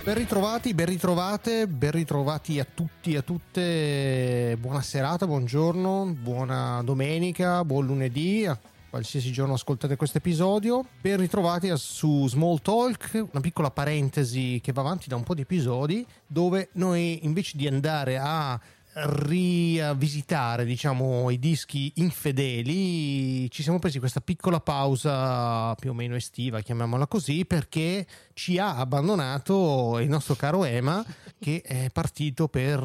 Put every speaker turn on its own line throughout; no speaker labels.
Ben ritrovati a tutti e a tutte. Buona serata, buongiorno, buona domenica, buon lunedì, a qualsiasi giorno ascoltate questo episodio. Ben ritrovati su Small Talk, una piccola parentesi che va avanti da un po' di episodi, dove noi invece di andare a rivisitare, diciamo, i dischi infedeli, ci siamo presi questa piccola pausa più o meno estiva, chiamiamola così, perché ci ha abbandonato il nostro caro Ema, che è partito per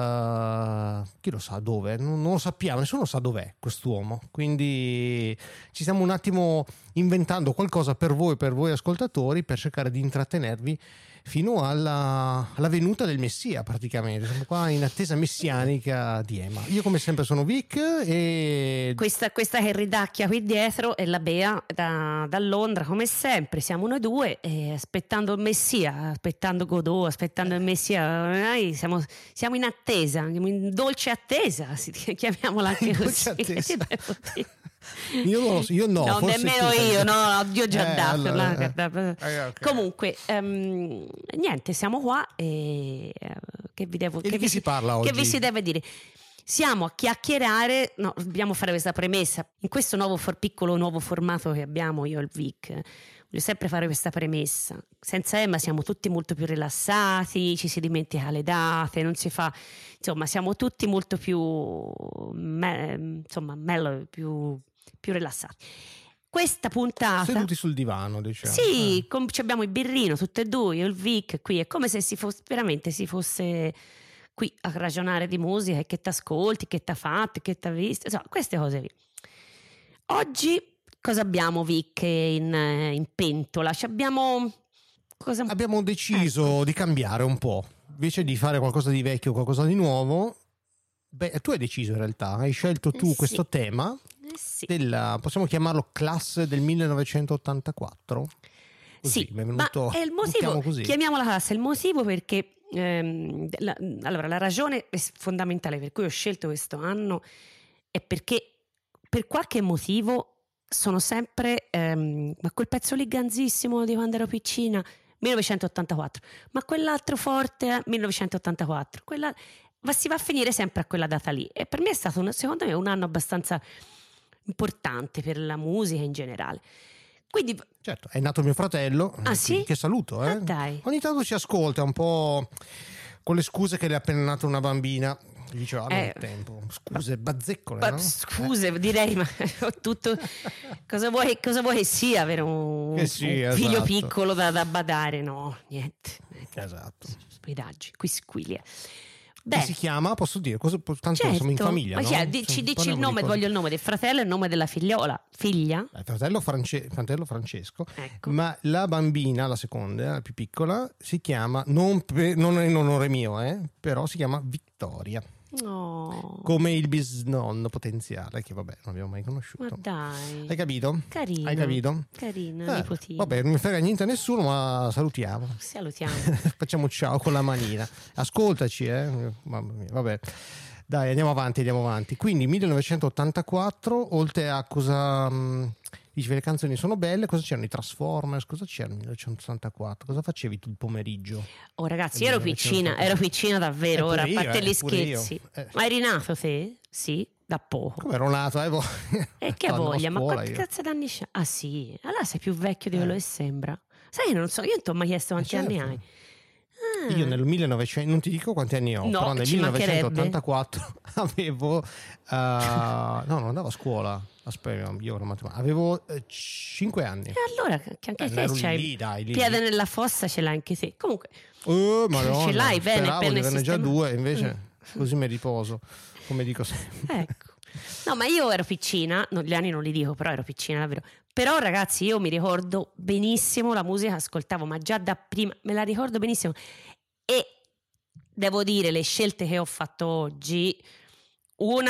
chi lo sa dove, non lo sappiamo, nessuno sa dov'è quest'uomo, quindi ci stiamo un attimo inventando qualcosa per voi ascoltatori, per cercare di intrattenervi fino alla venuta del Messia. Praticamente siamo qua in attesa messianica di Ema. Io come sempre sono Vic e
questa che ridacchia qui dietro è la Bea da Londra, come sempre siamo noi due, aspettando il Messia, aspettando Godot, aspettando il Messia. Noi siamo in attesa, in dolce attesa, chiamiamola anche così.
Io non lo so, io no,
nemmeno io, no, Dio già dato.
Okay.
Comunque, niente, siamo qua e che vi devo,
che si parla oggi?
Che vi si deve dire? Siamo a chiacchierare, no, dobbiamo fare questa premessa. In questo piccolo nuovo formato che abbiamo io e il Vic, voglio sempre fare questa premessa. Senza Emma siamo tutti molto più rilassati, ci si dimentica le date, non si fa, insomma, siamo tutti molto più mellow, più rilassati. Questa puntata
seduti sul divano, diciamo.
Sì, abbiamo il birrino tutte e due, io e il Vic qui, è come se si fosse qui a ragionare di musica e che t'ascolti, che t'ha fatto, che t'ha visto, insomma, queste cose lì. Oggi cosa abbiamo, Vic, in pentola?
Abbiamo deciso di cambiare un po', invece di fare qualcosa di vecchio, qualcosa di nuovo. Beh, tu hai deciso in realtà, hai scelto tu questo tema
sì.
Possiamo chiamarlo classe del 1984? Così,
sì,
mi è venuto,
ma è il motivo,
così.
Chiamiamola classe, il motivo perché la ragione fondamentale per cui ho scelto questo anno è perché per qualche motivo sono sempre ma quel pezzo lì ganzissimo di quando ero piccina, 1984, ma quell'altro forte 1984, si va a finire sempre a quella data lì, e per me è stato secondo me un anno abbastanza importante per la musica in generale. Quindi,
certo, è nato mio fratello,
sì?
che saluto.
Dai.
Ogni tanto ci ascolta un po' con le scuse che le è appena nata una bambina. Gli diceva non tempo, scuse bazzeccole, no?
Scuse, direi, ma tutto cosa vuoi che sia avere un figlio piccolo da badare? No, niente.
Esatto.
Spidaggi, quisquilie.
Beh, si chiama, posso dire, tanto
certo.
siamo in famiglia, no?
Dici il nome, voglio il nome del fratello e il nome della figlia?
Fratello Francesco,
ecco.
Ma la bambina, la seconda, la più piccola, si chiama, non è in onore mio, però si chiama Vittoria.
Oh.
Come il bisnonno potenziale, che vabbè non abbiamo mai conosciuto.
Ma dai,
hai capito?
Carino,
hai capito?
Carina, nipotina.
Vabbè, non mi frega niente a nessuno, ma salutiamo. Facciamo ciao con la manina. Ascoltaci, mamma mia, vabbè. Dai, andiamo avanti. Quindi 1984, oltre a cosa dicevi, le canzoni sono belle, cosa c'erano? I Transformers, cosa c'era nel 1984? Cosa facevi tu il pomeriggio?
Oh ragazzi, ero piccina davvero, ora, a parte gli scherzi. Ma eri nato te? Sì, da poco.
Come ero nato?
Che voglia, ma quanti cazzo d'anni c'hai? Ah sì, allora sei più vecchio di quello che sembra. Sai, non so, io non ti ho mai chiesto quanti anni hai.
Io nel 1900, non ti dico quanti anni ho, però nel 1984 avevo no, non andavo a scuola, aspetta, io avevo 5 anni.
E allora che anche te c'hai piede nella fossa, ce l'hai anche te. Comunque
Madonna,
ce l'hai bene,
averne già 2, invece così mi riposo, come dico sempre.
Ecco. No, ma io ero piccina, gli anni non li dico, però ero piccina davvero. Però ragazzi, io mi ricordo benissimo la musica che ascoltavo, ma già da prima me la ricordo benissimo. E devo dire, le scelte che ho fatto oggi, una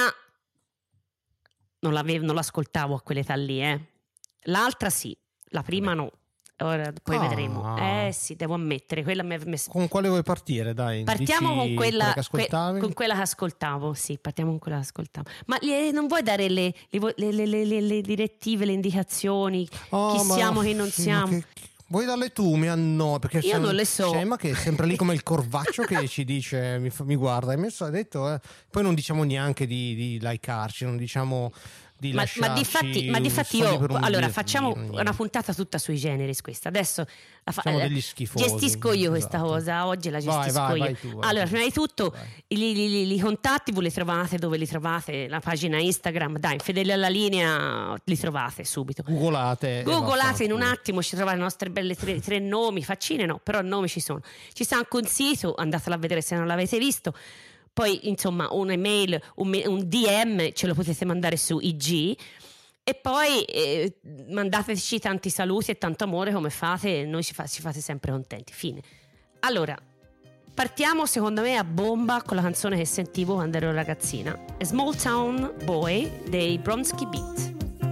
non l'ascoltavo a quell'età lì, l'altra sì, la prima no. Ora poi vedremo. Sì, devo ammettere, quella
Con quale vuoi partire? Dai,
partiamo con quella
che ascoltavi?
Con quella che ascoltavo. Sì, partiamo con quella che ascoltavo. Ma non vuoi dare le direttive, le indicazioni? Chi siamo, chi non siamo?
Vuoi darle tu? Mi annoia, perché
Io non le so.
c'è Emma che è sempre lì come il corvaccio che ci dice, mi guarda, e mi ha detto, poi non diciamo neanche di likearci, non diciamo di lasciarci
ma difatti
soldi
io
per un
allora
birrino,
facciamo
niente.
una puntata tutta sui generis questa. Adesso
Siamo degli schifosi.
gestisco io questa
Esatto.
cosa, oggi la gestisco
vai,
io.
vai tu, vai
allora,
tu.
prima di tutto
Vai.
i contatti voi li trovate dove li trovate? La pagina Instagram, dai, Fedeli alla linea, li trovate subito.
Googolate
In un attimo, ci trovate le nostre belle tre nomi, faccine no, però nomi ci sono. Ci sta anche un sito, andatelo a vedere se non l'avete visto. Poi insomma un'email, un DM ce lo potete mandare su IG e poi mandateci tanti saluti e tanto amore come fate, noi ci fate sempre contenti. Fine. Allora, partiamo secondo me a bomba con la canzone che sentivo quando ero ragazzina, A Small Town Boy dei Bronski Beat.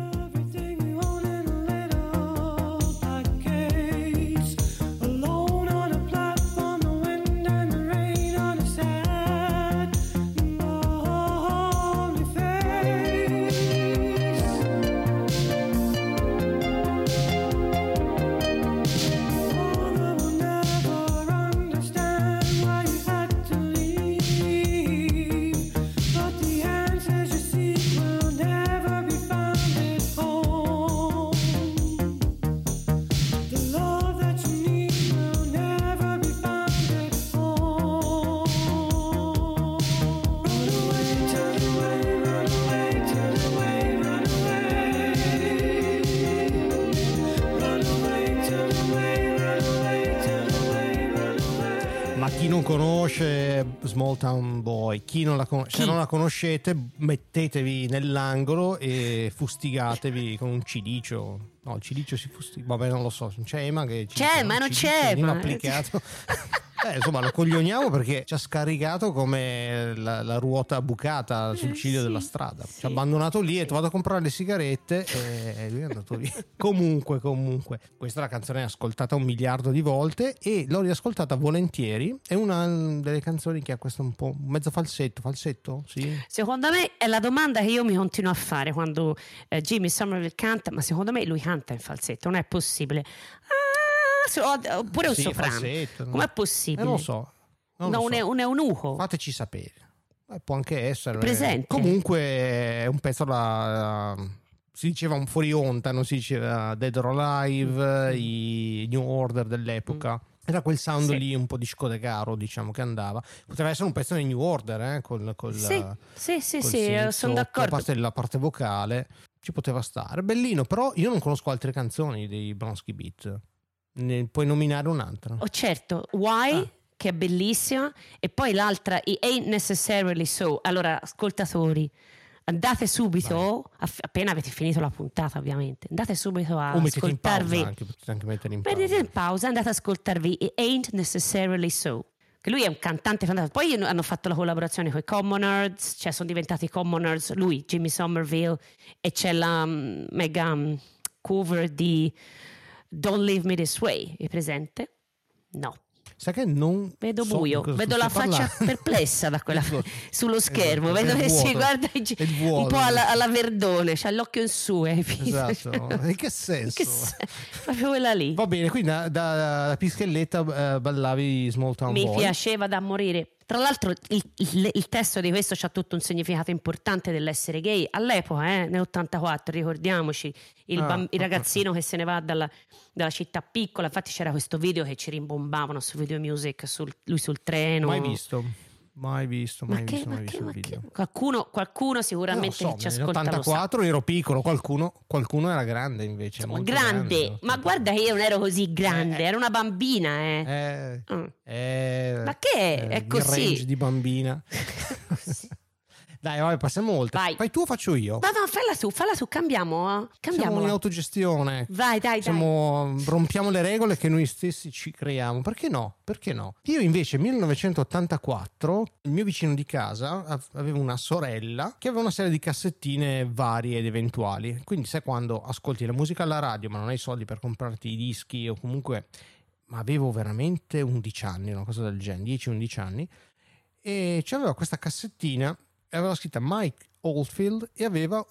Chi non conosce Small Town Boy, chi non la conosce, se non la conoscete, mettetevi nell'angolo e fustigatevi con un cilicio. No, il cilicio si fustiga, vabbè, non lo so, c'è Emma che
c'è, ma non c'è,
ma applicato. Insomma, lo coglioniamo perché ci ha scaricato come la ruota bucata sul ciglio della strada. Ci ha abbandonato lì e vado a comprare le sigarette e lui è andato via. Comunque, questa è la canzone ascoltata 1 miliardo di volte e l'ho riascoltata volentieri. È una delle canzoni che ha questo un po' mezzo falsetto? Sì.
Secondo me è la domanda che io mi continuo a fare quando Jimmy Somerville canta, ma secondo me lui canta in falsetto, non è possibile. Oppure un soprano.
Falsetto,
com'è possibile?
Non lo so.
Un eunuco.
Fateci sapere. Può anche essere
presente.
Comunque è un pezzo si diceva un fuori onda, non si diceva Dead or Alive, i New Order dell'epoca. Era quel sound lì un po' discodecaro, diciamo, che andava. Poteva essere un pezzo dei New Order,
sì, sono d'accordo.
La parte vocale ci poteva stare. Bellino, però io non conosco altre canzoni dei Bronski Beat. Ne puoi nominare un'altra?
Oh certo, Why, che è bellissima, e poi l'altra, It Ain't Necessarily So. Allora, ascoltatori, andate subito, appena avete finito la puntata ovviamente, andate subito a ascoltarvi.
Potete anche mettere in pausa.
Mettete in pausa, andate ad ascoltarvi It Ain't Necessarily So. Che lui è un cantante fantastico. Poi hanno fatto la collaborazione con i Commoners, cioè sono diventati Commoners, lui, Jimmy Somerville, e c'è la mega cover di Don't Leave Me This Way, è presente? No.
Sai che non
vedo buio, vedo la faccia perplessa da quella sullo schermo, vedo che si guarda un po' alla Verdone, c'ha l'occhio in su.
Esatto. In che senso?
Proprio quella lì.
Va bene, quindi da pischelletta ballavi Small Town Boy.
Mi piaceva da morire. Tra l'altro il testo di questo c'ha tutto un significato importante dell'essere gay all'epoca, nell'84, ricordiamoci il ragazzino che se ne va dalla città piccola. Infatti c'era questo video che ci rimbombavano su Video Music, lui sul treno.
Mai visto il video.
Qualcuno sicuramente che ci ascolta.
Nell'84 ero piccolo, qualcuno era grande invece.
Grande, ma guarda che io non ero così grande, ero una bambina. Ma che è così?
Il range di bambina. Dai, vai, passiamo oltre.
Vai.
Fai tu o faccio io?
Ma no, falla tu, cambiamo.
Siamo in autogestione.
Vai, dai.
Rompiamo le regole che noi stessi ci creiamo. Perché no? Io invece 1984, il mio vicino di casa aveva una sorella che aveva una serie di cassettine varie ed eventuali. Quindi sai quando ascolti la musica alla radio ma non hai soldi per comprarti i dischi o comunque... Ma avevo veramente 11 anni, una cosa del genere, 10-11 anni. E c'aveva questa cassettina aveva scritta Mike Oldfield e aveva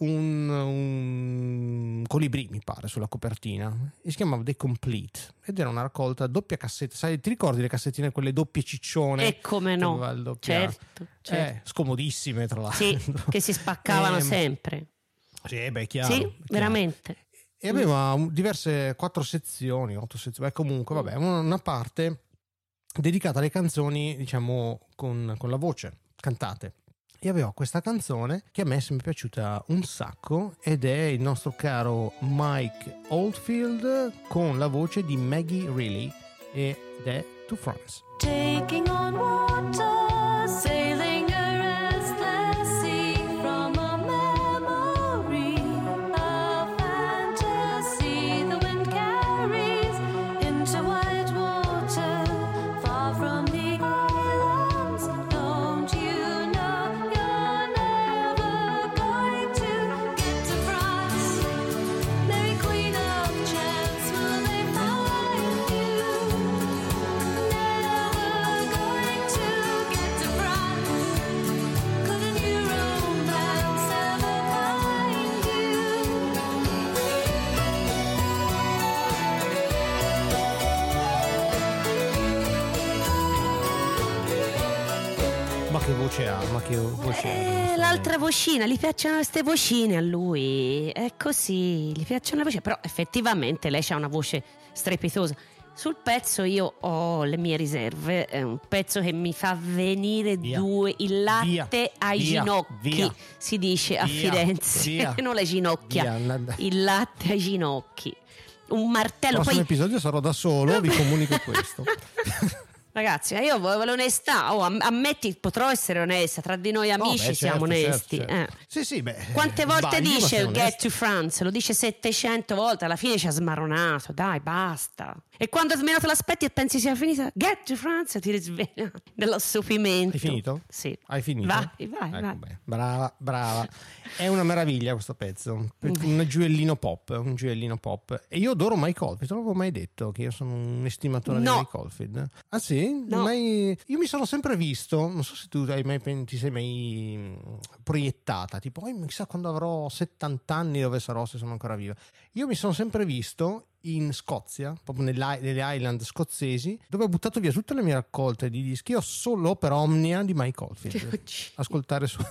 un colibrì, mi pare, sulla copertina, e si chiamava The Complete ed era una raccolta doppia cassetta. Sai, ti ricordi le cassettine quelle doppie ciccione?
E come no, certo.
Scomodissime tra l'altro,
sì, che si spaccavano sempre.
Sì, beh, chiaro,
sì,
chiaro.
veramente.
E aveva diverse 4 sezioni, 8 sezioni, comunque vabbè, una parte dedicata alle canzoni, diciamo, con la voce cantate. E aveva questa canzone che a me è sempre piaciuta un sacco ed è il nostro caro Mike Oldfield con la voce di Maggie Reilly ed è To France.
Taking on water, sailing a restless sea from a memory, a fantasy the wind carries into white water, far from the islands. Don't you know you're never going to get to France? Mary Queen of Chance, will they find you?
Ma che voce ha,
L'altra vocina, gli piacciono queste vocine a lui, è così, gli piacciono le voci, però effettivamente lei ha una voce strepitosa. Sul pezzo io ho le mie riserve, è un pezzo che mi fa venire il latte ai ginocchi, si dice a Firenze, non le ginocchia, il latte ai ginocchi, un martello.
Il prossimo episodio sarò da solo, vi comunico questo.
Ragazzi, io voglio l'onestà, ammetti, potrò essere onesta, tra di noi amici siamo onesti.
Certo. Sì,
quante volte dice Get to France? Lo dice 700 volte, alla fine ci ha smaronato, dai, basta. E quando meno te l'aspetti e pensi sia finita, Get to France, ti risveglia dell'assopimento.
Hai finito?
Sì.
Hai finito?
Vai.
Beh, brava. È una meraviglia questo pezzo, un gioiellino pop. E io adoro Mike Oldfield, non l'avevo mai detto che io sono un estimatore di Mike Oldfield. Ah sì?
No.
Io mi sono sempre visto, non so se tu ti sei mai proiettata, tipo chissà quando avrò 70 anni dove sarò, se sono ancora viva. Io mi sono sempre visto in Scozia, proprio nelle Highland scozzesi, dove ho buttato via tutte le mie raccolte di dischi. Io ho solo opera omnia di Mike Oldfield. Ascoltare su...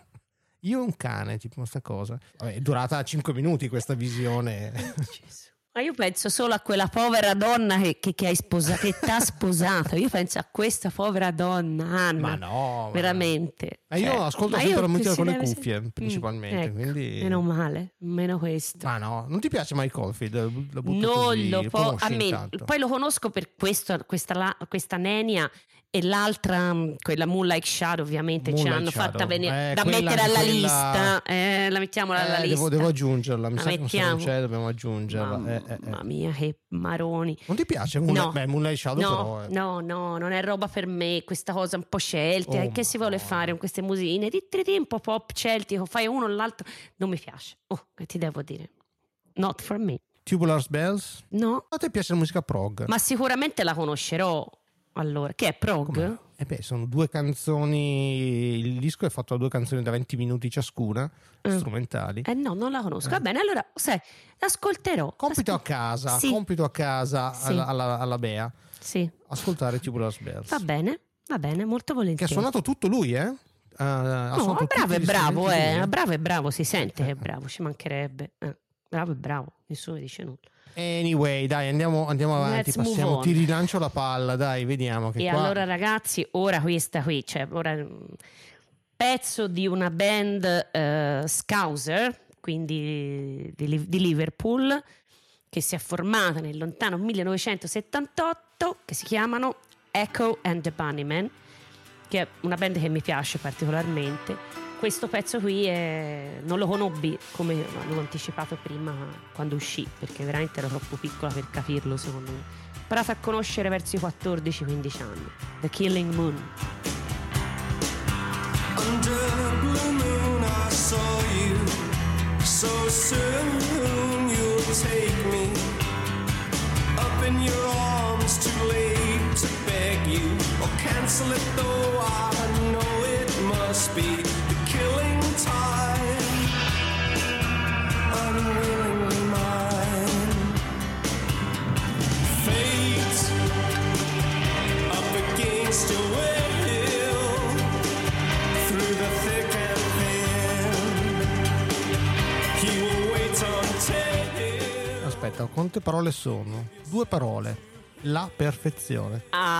Io un cane, tipo questa cosa. Vabbè, è durata 5 minuti questa visione.
Ma io penso solo a quella povera donna che hai sposato, che ti ha sposato. Io penso a questa povera donna, Anna.
Ma no,
veramente.
Io ascolto sempre la musica con le cuffie, principalmente.
Ecco,
quindi...
Meno male, meno questo.
Ma no, non ti piace Mike Oldfield?
Non lo poi lo conosco per questo, questa nenia. E l'altra, quella Moonlight Shadow, ovviamente ci hanno fatta venire da mettere alla lista. La mettiamo alla lista.
Devo aggiungerla. Mi sa che se non c'è, dobbiamo aggiungerla.
Mamma mia, che maroni.
Non ti piace Moonlight Shadow?
No, non è roba per me. Questa cosa un po' celtica. Che si vuole fare con queste musichine? Un po' pop celtico. Fai uno o l'altro. Non mi piace. Che ti devo dire? Not for me.
Tubular Bells?
No.
A te piace la musica prog?
Ma sicuramente la conoscerò. Allora, che è prog?
Sono 2 canzoni. Il disco è fatto da 2 canzoni da 20 minuti ciascuna, strumentali.
No, non la conosco. Va bene, allora, l'ascolterò.
Compito a casa
sì.
alla Bea.
Sì.
Ascoltare Tubular Bells.
Va bene, molto volentieri.
Che ha suonato tutto lui,
bravo, si sente che è bravo, ci mancherebbe. Bravo, nessuno dice nulla.
Anyway, dai, andiamo avanti, passiamo, ti rilancio la palla, dai, vediamo che qua...
Allora ragazzi, ora pezzo di una band Scouser, quindi di Liverpool, che si è formata nel lontano 1978, che si chiamano Echo and the Bunnymen, che è una band che mi piace particolarmente. Questo pezzo qui non lo conobbi, come avevo anticipato prima quando uscì, perché veramente ero troppo piccola per capirlo, secondo me. Ho imparato a conoscere verso i 14-15 anni. The Killing Moon.
Under a blue moon I saw you, so soon you'll take me up in your arms, too late to beg you or cancel it, though I know it must must be the killing time, unwillingly mine. Fate up against your will, through the thick and thin, he will wait until.
Aspetta, quante parole sono? 2 parole. La perfezione.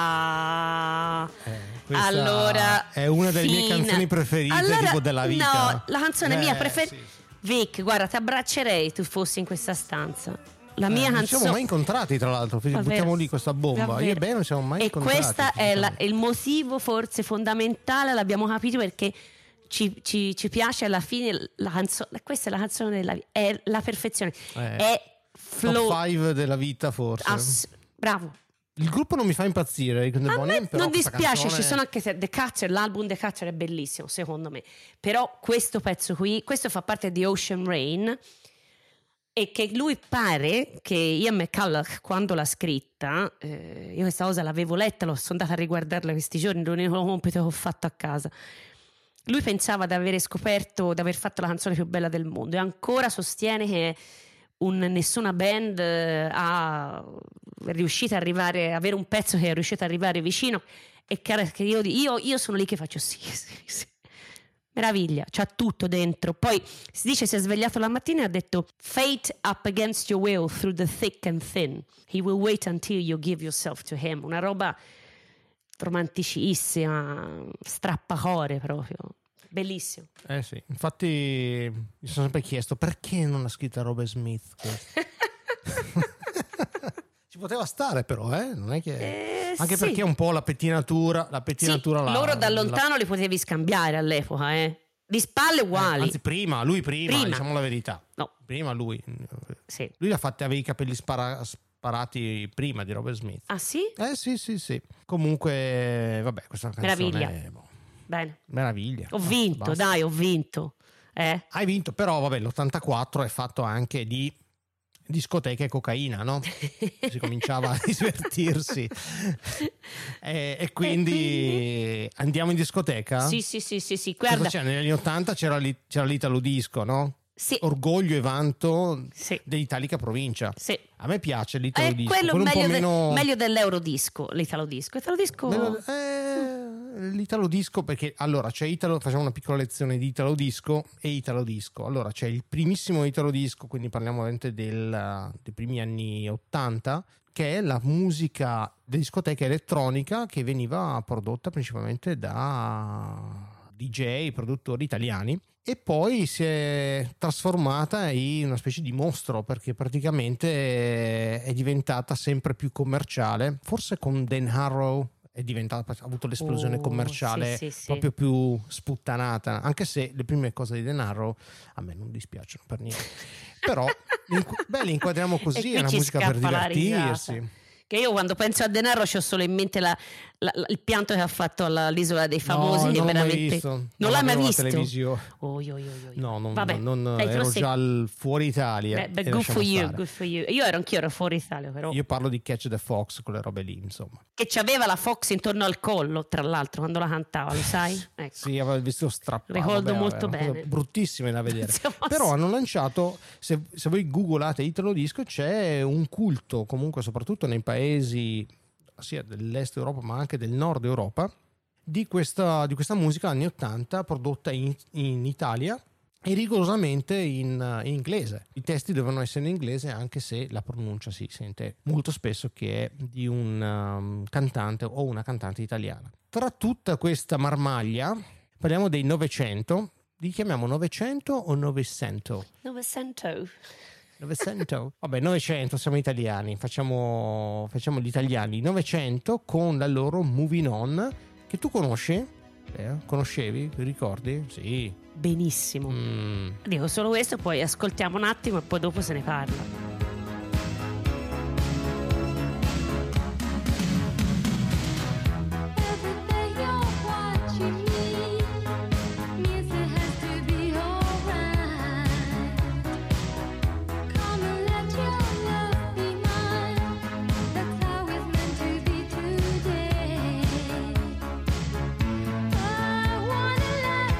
Questa
Allora
è una delle mie
fina.
canzoni preferite,
Allora,
tipo della vita.
No, la canzone mia preferita.
Sì.
Vic, guarda, ti abbraccerei tu fossi in questa stanza. La mia
Non
canzone.
siamo mai incontrati, tra l'altro. Buttiamo lì questa bomba.
Davvero.
Io e bene non siamo mai
e
incontrati.
questo è il motivo forse fondamentale, l'abbiamo capito perché ci piace alla fine la canzone. Questa è la canzone della vita, è la perfezione. È flow.
Top 5 della vita, forse.
Bravo.
Il gruppo non mi fa impazzire.
A me
però
non
questa
dispiace,
canzone-
ci sono anche The Catcher, l'album The Catcher è bellissimo secondo me, però questo pezzo qui, questo fa parte di Ocean Rain e che lui pare che Ian McCulloch quando l'ha scritta, io questa cosa l'avevo letta, sono andata a riguardarla questi giorni, l'unico compito che ho fatto a casa. Lui pensava di aver scoperto, di aver fatto la canzone più bella del mondo e ancora sostiene che nessuna band è riuscita ad arrivare, avere un pezzo che è riuscito ad arrivare vicino e che io sono lì che faccio sì. Meraviglia, c'ha tutto dentro. Poi si dice si è svegliato la mattina e ha detto fate up against your will through the thick and thin, he will wait until you give yourself to him. Una roba romanticissima, strappacore proprio. Bellissimo.
Sì, infatti mi sono sempre chiesto perché non ha scritto Robert Smith questo? Ci poteva stare però, non è che anche
sì.
perché un po' la pettinatura
Sì, loro da lontano li potevi scambiare all'epoca, di spalle uguali.
anzi lui prima, diciamo la verità.
No.
Prima lui.
Sì.
Lui aveva i capelli sparati prima di Robert Smith.
Ah sì?
Sì. Comunque, vabbè, questa canzone
Meraviglia. Bene.
Meraviglia.
Ho vinto,
basta.
dai, ho vinto.
Hai vinto, però vabbè, l'84 è fatto anche di discoteca e cocaina, no? Si cominciava a divertirsi. E quindi andiamo in discoteca?
Sì. Guarda.
Cosa c'è? Negli anni 80 c'era l'Italo Disco, no?
Sì.
Orgoglio e vanto
Sì.
dell'Italica provincia.
Sì.
A me piace l'Italo Disco.
Quello
un po'
meglio dell'Eurodisco, l'Italo Disco.
L'Italo Disco, perché allora c'è facciamo una piccola lezione di Italo Disco e Italo Disco. Allora c'è il primissimo Italo Disco, quindi parliamo ovviamente dei primi anni 80, che è la musica di discoteca elettronica che veniva prodotta principalmente da DJ, produttori italiani, e poi si è trasformata in una specie di mostro perché praticamente è diventata sempre più commerciale, forse con Dan Harrow ha avuto l'esplosione commerciale
sì.
proprio più sputtanata, anche se le prime cose di Dan Harrow a me non dispiacciono per niente, però le inquadriamo così,
E
è una
qui ci
musica per
scappa la
divertirsi.
risata. Che io quando penso a denaro c'ho solo in mente il pianto che ha fatto all'Isola dei Famosi,
No,
che
non l'ho mai
veramente
visto.
non l'hai mai
avevo la
visto?
televisione. No,
Vabbè,
non
dai,
ero
però
già fuori Italia.
But
e
good
lasciamo
for you,
stare.
good for you. Io ero fuori Italia, però.
Io parlo di Catch the Fox, quelle robe lì, insomma.
Che c'aveva la Fox intorno al collo, tra l'altro, quando la cantava, lo sai? Ecco.
Sì, aveva il vestito strappato.
Ricordo molto
una
bene.
cosa bruttissime da vedere.
Insomma,
Però
sì.
hanno lanciato, se voi googolate Italo Disco, c'è un culto, comunque soprattutto nei paesi sia dell'est Europa ma anche del nord Europa, di questa musica anni 80 prodotta in Italia e rigorosamente in inglese. I testi devono essere in inglese, anche se la pronuncia si sente molto spesso che è di un cantante o una cantante italiana. Tra tutta questa marmaglia parliamo dei 900. Li chiamiamo 900 o 900? 900. Vabbè, 900, siamo italiani, facciamo gli italiani. 900 con la loro Moving On, che tu conosci? Conoscevi? Ti ricordi? Sì.
Benissimo. Dico solo questo, poi ascoltiamo un attimo e poi dopo se ne parla.
I wanna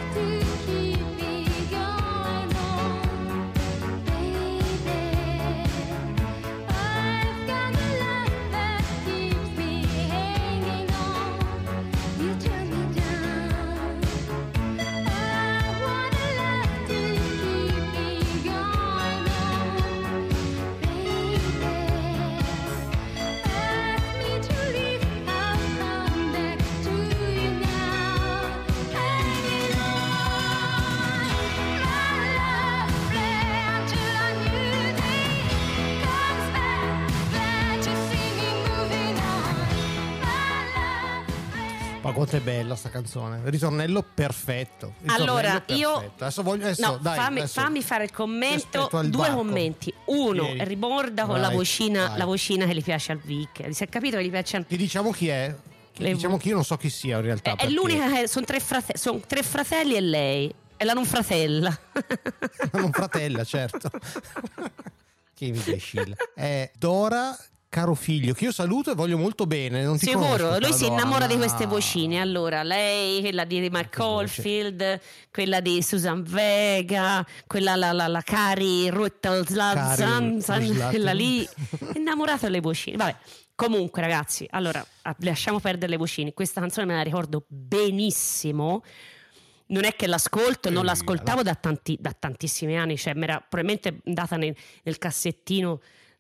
Ma quanto è bella sta canzone. Ritornello perfetto. Ritornello
Allora,
perfetto.
io
Adesso, dai,
fammi fare il
ti
commento,
aspetto al
2
varco.
commenti. Uno,
Vieni.
Riborda con
Vai,
la vocina
vai.
che gli piace al Vic. Si è capito che gli piace.
Ti diciamo chi è? Diciamo che io non so chi sia in realtà.
È
perché-
l'unica che sono 3 fratelli e lei. È la non fratella.
non fratella, certo. Che imbecille. È Dora Caro Figlio, che io saluto e voglio molto bene. Non ti
Sicuro,
conosco,
lui si
Dora,
innamora di
ma-
queste vocine. Allora, lei, quella di Mark Oldfield, quella di Susan Vega, quella la Cari Ruttelslanzan,
Ruttelslanzan.
quella lì, è innamorato delle vocine. Vabbè, comunque ragazzi, allora, lasciamo perdere le vocine. Questa canzone me la ricordo benissimo. Non è che l'ascolto, non l'ascoltavo da tantissimi anni, cioè mi era probabilmente andata nel cassettino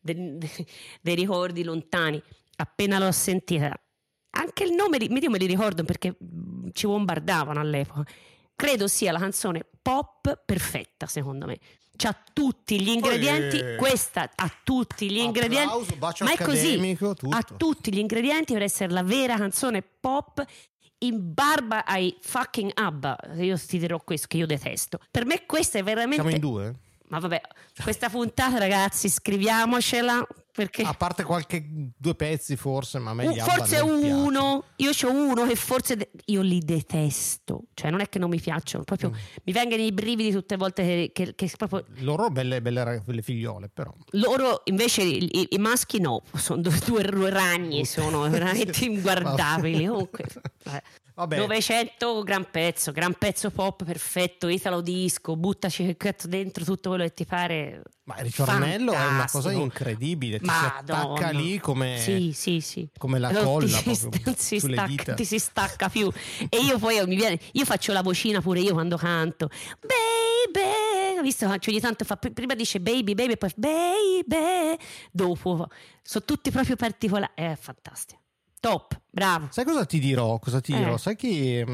dei ricordi lontani. Appena l'ho sentita, anche il nome io me li ricordo perché ci bombardavano all'epoca. Credo sia la canzone pop perfetta, secondo me. C'ha tutti gli ingredienti, questa ha tutti gli ingredienti,
Applauso, bacio
ma è così,
accademico, tutto.
ha tutti gli ingredienti per essere la vera canzone pop in barba ai fucking ABBA. Io ti dirò questo che io detesto. Per me questa è veramente...
Siamo in due?
Ma vabbè, questa puntata ragazzi scriviamocela perché...
A parte qualche 2 pezzi forse, ma a me gli ABBA
forse
non piacciono.
uno, io c'ho uno che forse io li detesto, cioè non è che non mi piacciono, proprio mi vengono i brividi tutte le volte che proprio
Loro belle figliole, però.
loro invece i maschi no, sono due ragni, sono veramente inguardabili. Comunque,
Vabbè.
900 gran pezzo pop perfetto, italo disco, buttaci dentro tutto quello che ti pare.
Ma il ritornello è una cosa
Fantastico.
incredibile, ti
Madonna.
si attacca lì come,
sì.
come la
Non
colla
ti
proprio
non si
sulle
stacca,
dita.
ti si stacca più. E io poi io faccio la vocina pure io quando canto. Baby, visto che ogni tanto prima dice baby e poi baby, dopo sono tutti proprio particolari. È fantastico. Top, bravo.
Sai cosa ti dirò?
Eh.
Sai che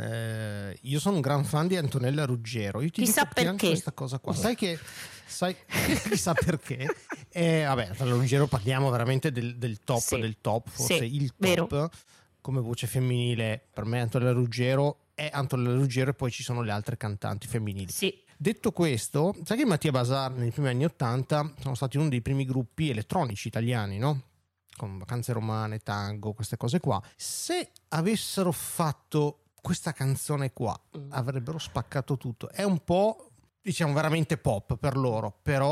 io sono un gran fan di Antonella Ruggero. Io ti
Chissà
dico anche
perché.
questa cosa qua. Sai chissà perché. Vabbè, Antonella Ruggero parliamo veramente del top
Sì.
del top, forse
Sì,
il top
vero.
come voce femminile. Per me Antonella Ruggero è Antonella Ruggero e poi ci sono le altre cantanti femminili.
Sì.
Detto questo, sai che Mattia Bazar nei primi anni 80 sono stati uno dei primi gruppi elettronici italiani, no? Con Vacanze Romane, Tango, queste cose qua. Se avessero fatto questa canzone qua, avrebbero spaccato tutto. È un po', diciamo, veramente pop per loro,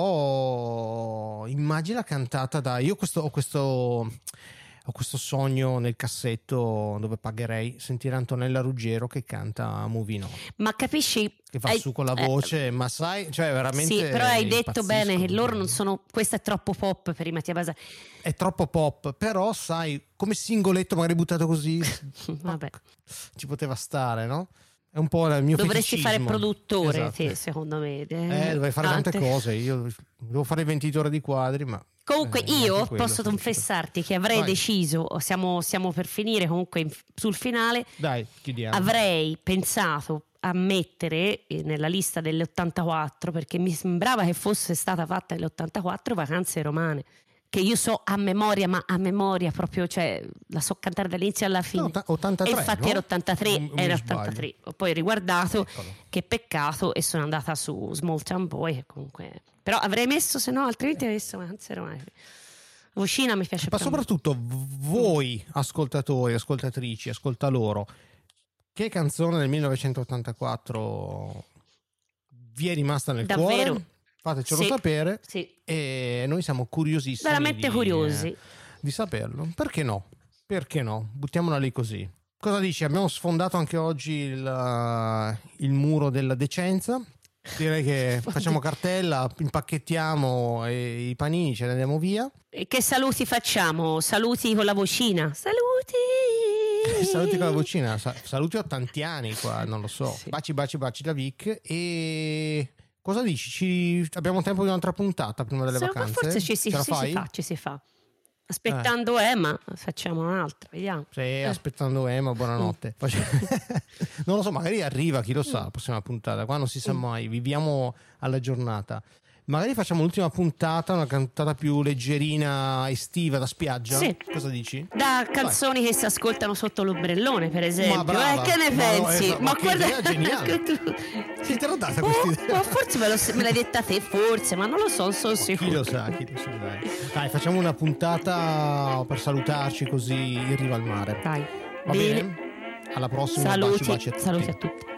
però immagina cantata da... Io ho questo sogno nel cassetto dove pagherei sentire Antonella Ruggero che canta Moving On,
Ma capisci?
che fa su con la voce, ma sai, cioè veramente
Sì, però hai detto
impazzisco.
bene che loro non sono. Questa è troppo pop per i Mattia Bazar.
È troppo pop, però sai, come singoletto magari buttato così
Vabbè.
ci poteva stare, no? È un po' il mio
Dovresti fare
feticismo.
produttore,
Esatto.
te, secondo me.
Dovrei fare tante cose. Io devo fare il venditore di quadri, ma
Comunque
neanche
io
quello
posso
sono
confessarti che avrei
Vai.
deciso, siamo per finire comunque sul finale,
dai, chiudiamo.
avrei pensato a mettere nella lista delle 84, perché mi sembrava che fosse stata fatta nell'84 Vacanze Romane, che io so a memoria, ma a memoria proprio, cioè la so cantare dall'inizio alla fine.
No, 83,
E infatti
no?
era 83,
O mi
era
sbaglio?
83. Ho poi riguardato,
Eccolo.
che peccato, e sono andata su Small Town Boy, che comunque... Però avrei messo, se no, altrimenti avrei messo Vacanze Romane. Vocina mi piace
Ma
più.
soprattutto voi ascoltatori, ascoltatrici, ascoltaloro, che canzone del 1984 vi è rimasta nel
Davvero?
cuore? Fatecelo
Sì.
sapere
Sì,
e noi siamo curiosissimi
veramente curiosi.
di saperlo. Perché no? Perché no? Buttiamola lì così. Cosa dici? Abbiamo sfondato anche oggi il muro della decenza. Direi che facciamo cartella, impacchettiamo i panini, ce ne andiamo via.
E che saluti facciamo? Saluti con la vocina. Saluti!
Saluti con la vocina, saluti, ho tanti anni qua, non lo so.
Sì.
Baci da Vic. E cosa dici? Abbiamo tempo di un'altra puntata prima delle vacanze?
Forse
Ce la fai?
ci si fa. Aspettando Emma, facciamo un'altra, vediamo.
Sì, aspettando Emma, buonanotte. Non lo so, magari arriva, chi lo sa, la prossima puntata. Qua non si sa mai, viviamo alla giornata. Magari facciamo l'ultima puntata, una cantata più leggerina, estiva, da spiaggia.
Sì.
Cosa dici?
Da canzoni che si ascoltano sotto l'ombrellone, per esempio.
brava.
Che ne
Ma no,
pensi?
ma che
guarda,
idea geniale. Chi te l'ha data questa idea?
ma forse me l'hai detta te, forse, ma non lo so, non sono
Chi
sicuro.
lo sa, dai, facciamo una puntata per salutarci così in riva al mare.
Dai.
Va bene? Alla prossima,
Saluti,
baci a tutti.
saluti a tutti.